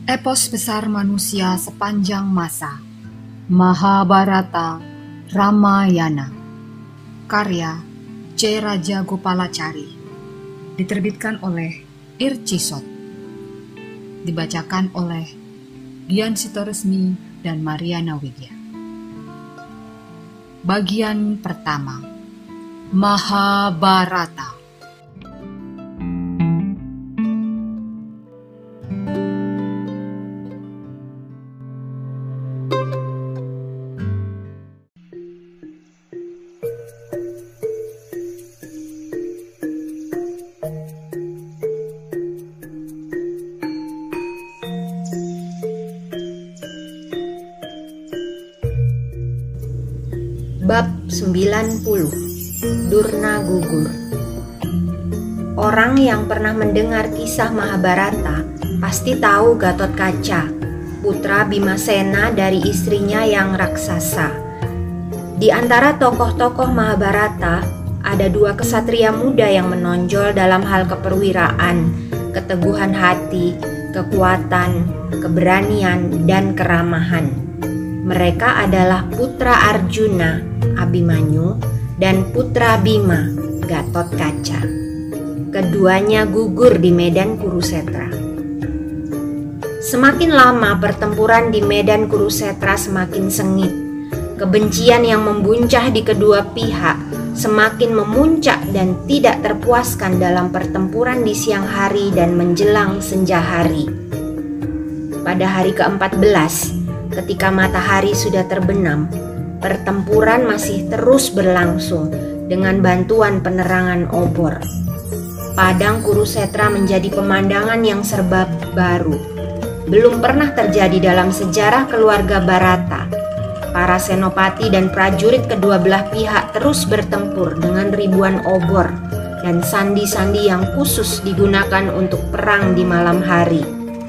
Epos besar manusia sepanjang masa, Mahabharata Ramayana, karya C. Raja Gopalachari, diterbitkan oleh Ircisot, dibacakan oleh Dian Sitoresmi dan Mariana Widya. Bagian pertama, Mahabharata. Bab 90. Durna gugur. Orang yang pernah mendengar kisah Mahabharata pasti tahu Gatotkaca, putra Bimasena dari istrinya yang raksasa. Di antara tokoh-tokoh Mahabharata, ada dua kesatria muda yang menonjol dalam hal keperwiraan, keteguhan hati, kekuatan, keberanian, dan keramahan. Mereka adalah putra Arjuna, Abhimanyu, dan putra Bima, Gatotkaca. Keduanya gugur di medan Kurusetra. Semakin lama pertempuran di medan Kurusetra semakin sengit. Kebencian yang membuncah di kedua pihak semakin memuncak dan tidak terpuaskan dalam pertempuran di siang hari dan menjelang senja hari. Pada hari ke-14, ketika matahari sudah terbenam, pertempuran masih terus berlangsung dengan bantuan penerangan obor. Padang Kurusetra menjadi pemandangan yang serba baru. Belum pernah terjadi dalam sejarah keluarga Bharata. Para senopati dan prajurit kedua belah pihak terus bertempur dengan ribuan obor dan sandi-sandi yang khusus digunakan untuk perang di malam hari.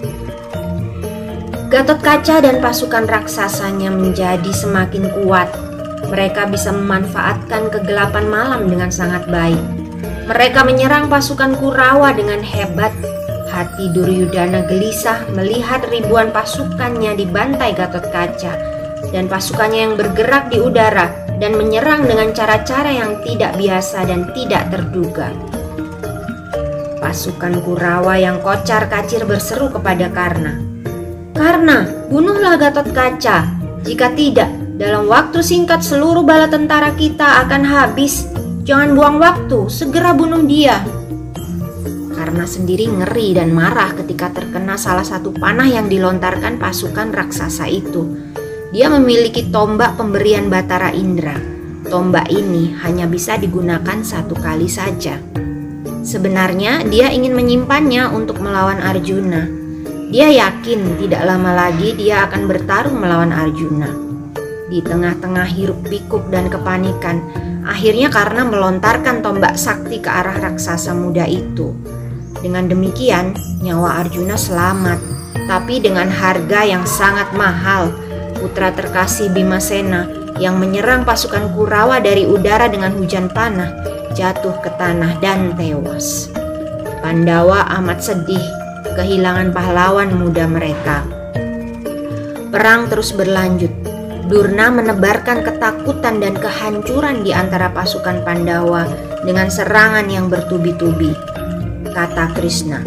Gatotkaca dan pasukan raksasanya menjadi semakin kuat. Mereka bisa memanfaatkan kegelapan malam dengan sangat baik. Mereka menyerang pasukan Kurawa dengan hebat. Hati Duryudana gelisah melihat ribuan pasukannya dibantai Gatotkaca dan pasukannya yang bergerak di udara dan menyerang dengan cara-cara yang tidak biasa dan tidak terduga. Pasukan Kurawa yang kocar-kacir berseru kepada Karna, "Karna, bunuhlah Gatotkaca. Jika tidak, dalam waktu singkat seluruh bala tentara kita akan habis. Jangan buang waktu, segera bunuh dia." Karna sendiri ngeri dan marah ketika terkena salah satu panah yang dilontarkan pasukan raksasa itu. Dia memiliki tombak pemberian Batara Indra. Tombak ini hanya bisa digunakan satu kali saja. Sebenarnya dia ingin menyimpannya untuk melawan Arjuna. Dia yakin tidak lama lagi dia akan bertarung melawan Arjuna. Di tengah-tengah hiruk pikuk dan kepanikan, akhirnya Karna melontarkan tombak sakti ke arah raksasa muda itu. Dengan demikian, nyawa Arjuna selamat, tapi dengan harga yang sangat mahal. Putra terkasih Bimasena yang menyerang pasukan Kurawa dari udara dengan hujan panah, jatuh ke tanah dan tewas. Pandawa amat sedih kehilangan pahlawan muda mereka. Perang terus berlanjut. Durna menebarkan ketakutan dan kehancuran di antara pasukan Pandawa dengan serangan yang bertubi-tubi. Kata Krishna,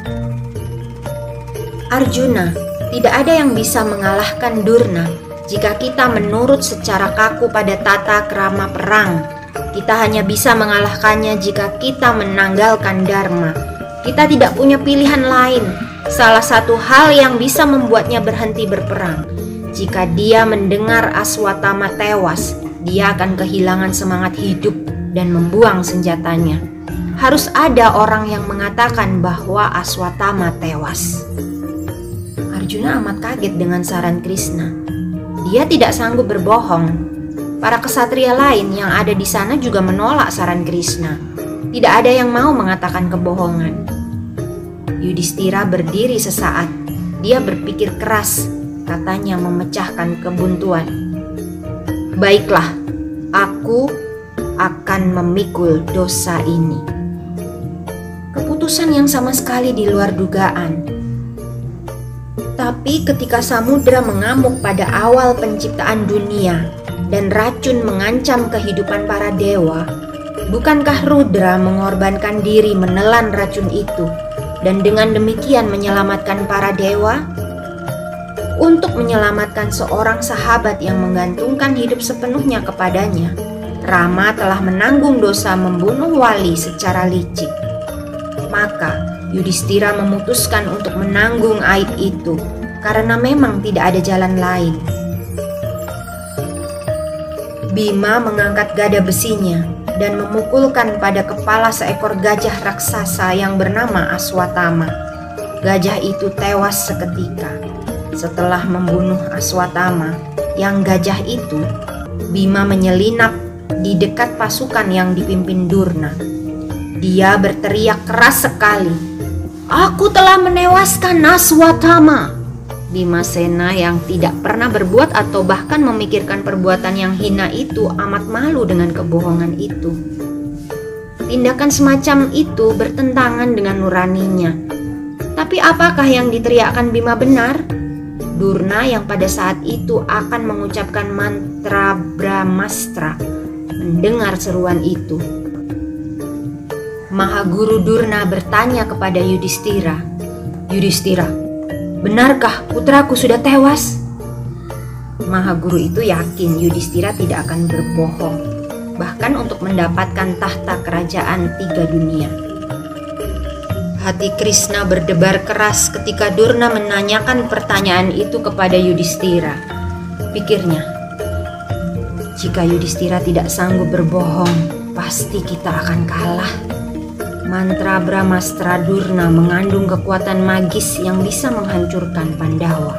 "Arjuna, tidak ada yang bisa mengalahkan Durna jika kita menurut secara kaku pada tata krama perang. Kita hanya bisa mengalahkannya jika kita menanggalkan dharma. Kita tidak punya pilihan lain. Salah satu hal yang bisa membuatnya berhenti berperang. Jika dia mendengar Aswatthama tewas, dia akan kehilangan semangat hidup dan membuang senjatanya. Harus ada orang yang mengatakan bahwa Aswatthama tewas." Arjuna amat kaget dengan saran Krishna. Dia tidak sanggup berbohong. Para kesatria lain yang ada di sana juga menolak saran Krishna. Tidak ada yang mau mengatakan kebohongan. Yudhistira berdiri sesaat. Dia berpikir keras, katanya memecahkan kebuntuan. "Baiklah, aku akan memikul dosa ini." Keputusan yang sama sekali di luar dugaan. Tapi ketika samudra mengamuk pada awal penciptaan dunia dan racun mengancam kehidupan para dewa, bukankah Rudra mengorbankan diri menelan racun itu dan dengan demikian menyelamatkan para dewa? Untuk menyelamatkan seorang sahabat yang menggantungkan hidup sepenuhnya kepadanya, Rama telah menanggung dosa membunuh wali secara licik. Maka Yudhistira memutuskan untuk menanggung aib itu karena memang tidak ada jalan lain. Bima mengangkat gada besinya dan memukulkan pada kepala seekor gajah raksasa yang bernama Aswatama. Gajah itu tewas seketika. Setelah membunuh Aswatama, yang gajah itu, Bima menyelinap di dekat pasukan yang dipimpin Durna. Dia berteriak keras sekali, "Aku telah menewaskan Aswatama!" Bimasena yang tidak pernah berbuat atau bahkan memikirkan perbuatan yang hina itu amat malu dengan kebohongan itu. Tindakan semacam itu bertentangan dengan nuraninya. Tapi apakah yang diteriakkan Bima benar? Durna yang pada saat itu akan mengucapkan mantra Brahmastra mendengar seruan itu. Mahaguru Durna bertanya kepada Yudhistira, "Yudhistira, benarkah putraku sudah tewas?" Mahaguru itu yakin Yudhistira tidak akan berbohong, bahkan untuk mendapatkan tahta kerajaan 3 dunia. Hati Krishna berdebar keras ketika Durna menanyakan pertanyaan itu kepada Yudhistira. Pikirnya, jika Yudhistira tidak sanggup berbohong, pasti kita akan kalah. Mantra Brahmastra Durna mengandung kekuatan magis yang bisa menghancurkan Pandawa.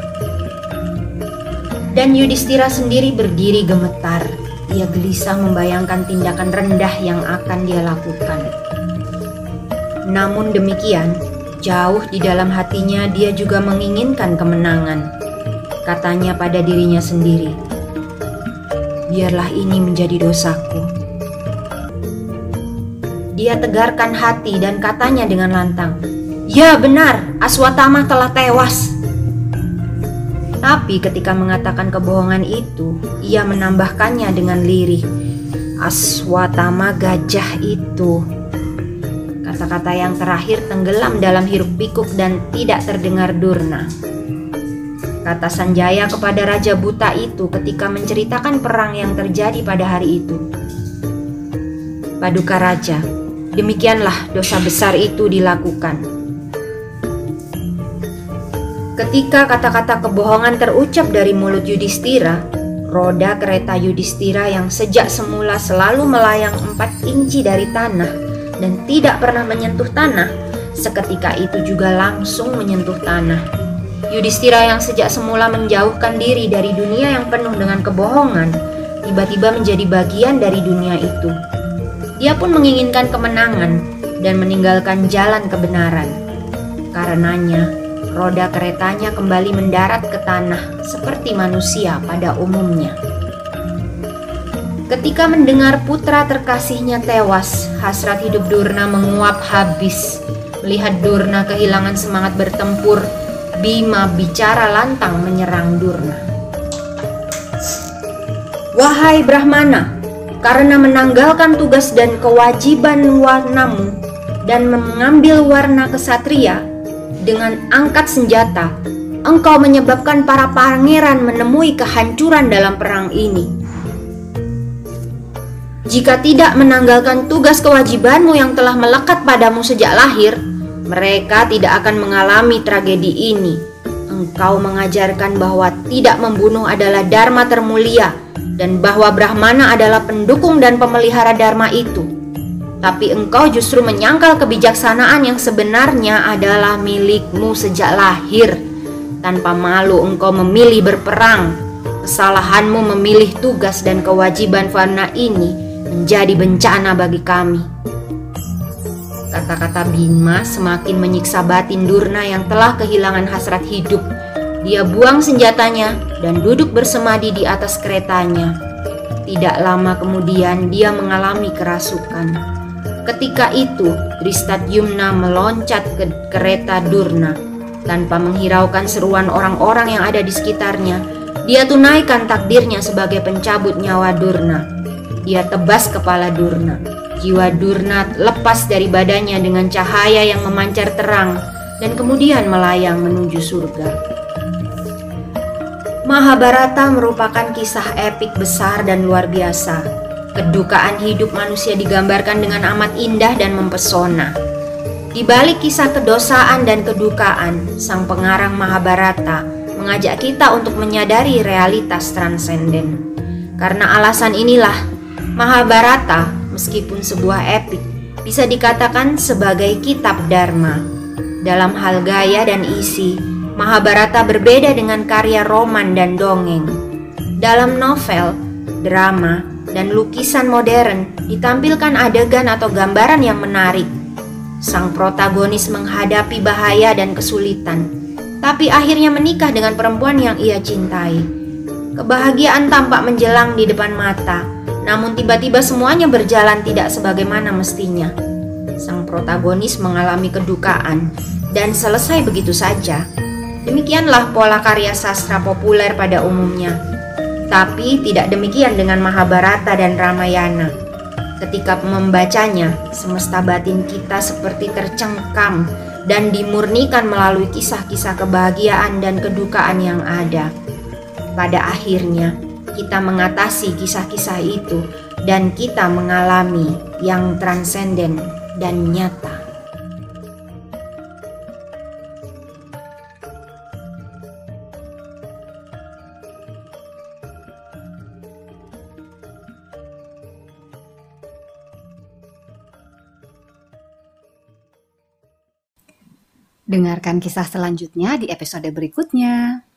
Dan Yudhistira sendiri berdiri gemetar. Ia gelisah membayangkan tindakan rendah yang akan dia lakukan. Namun demikian, jauh di dalam hatinya dia juga menginginkan kemenangan. Katanya pada dirinya sendiri, "Biarlah ini menjadi dosaku." Dia tegarkan hati dan katanya dengan lantang, "Ya benar, Aswatama telah tewas." Tapi ketika mengatakan kebohongan itu, ia menambahkannya dengan lirih, "Aswatama gajah itu." Kata-kata yang terakhir tenggelam dalam hiruk pikuk dan tidak terdengar Durna. Kata Sanjaya kepada Raja Buta itu ketika menceritakan perang yang terjadi pada hari itu, "Paduka Raja, demikianlah dosa besar itu dilakukan." Ketika kata-kata kebohongan terucap dari mulut Yudhistira, roda kereta Yudhistira yang sejak semula selalu melayang 4 inci dari tanah dan tidak pernah menyentuh tanah, seketika itu juga langsung menyentuh tanah. Yudhistira yang sejak semula menjauhkan diri dari dunia yang penuh dengan kebohongan, tiba-tiba menjadi bagian dari dunia itu. Dia pun menginginkan kemenangan dan meninggalkan jalan kebenaran. Karenanya, roda keretanya kembali mendarat ke tanah seperti manusia pada umumnya. Ketika mendengar putra terkasihnya tewas, hasrat hidup Durna menguap habis. Melihat Durna kehilangan semangat bertempur, Bima bicara lantang menyerang Durna. "Wahai Brahmana, karena menanggalkan tugas dan kewajiban warnamu dan mengambil warna kesatria, dengan angkat senjata, engkau menyebabkan para pangeran menemui kehancuran dalam perang ini. Jika tidak menanggalkan tugas kewajibanmu yang telah melekat padamu sejak lahir, mereka tidak akan mengalami tragedi ini. Engkau mengajarkan bahwa tidak membunuh adalah dharma termulia dan bahwa Brahmana adalah pendukung dan pemelihara dharma itu. Tapi engkau justru menyangkal kebijaksanaan yang sebenarnya adalah milikmu sejak lahir. Tanpa malu engkau memilih berperang. Kesalahanmu memilih tugas dan kewajiban warna ini menjadi bencana bagi kami." Kata-kata Bima semakin menyiksa batin Durna yang telah kehilangan hasrat hidup. Dia buang senjatanya dan duduk bersemadi di atas keretanya. Tidak lama kemudian dia mengalami kerasukan. Ketika itu Dristadyumna meloncat ke kereta Durna. Tanpa menghiraukan seruan orang-orang yang ada di sekitarnya, dia tunaikan takdirnya sebagai pencabut nyawa Durna. Dia tebas kepala Durna. Jiwa Durna lepas dari badannya dengan cahaya yang memancar terang dan kemudian melayang menuju surga. Mahabharata merupakan kisah epik besar dan luar biasa. Kedukaan hidup manusia digambarkan dengan amat indah dan mempesona. Di balik kisah kedosaan dan kedukaan, sang pengarang Mahabharata mengajak kita untuk menyadari realitas transenden. Karena alasan inilah, Mahabharata, meskipun sebuah epik, bisa dikatakan sebagai kitab Dharma. Dalam hal gaya dan isi, Mahabharata berbeda dengan karya roman dan dongeng. Dalam novel, drama, dan lukisan modern ditampilkan adegan atau gambaran yang menarik. Sang protagonis menghadapi bahaya dan kesulitan, tapi akhirnya menikah dengan perempuan yang ia cintai. Kebahagiaan tampak menjelang di depan mata, namun tiba-tiba semuanya berjalan tidak sebagaimana mestinya. Sang protagonis mengalami kedukaan dan selesai begitu saja. Demikianlah pola karya sastra populer pada umumnya. Tapi tidak demikian dengan Mahabharata dan Ramayana. Ketika membacanya, semesta batin kita seperti tercengkam dan dimurnikan melalui kisah-kisah kebahagiaan dan kedukaan yang ada. Pada akhirnya, kita mengatasi kisah-kisah itu dan kita mengalami yang transenden dan nyata. Dengarkan kisah selanjutnya di episode berikutnya.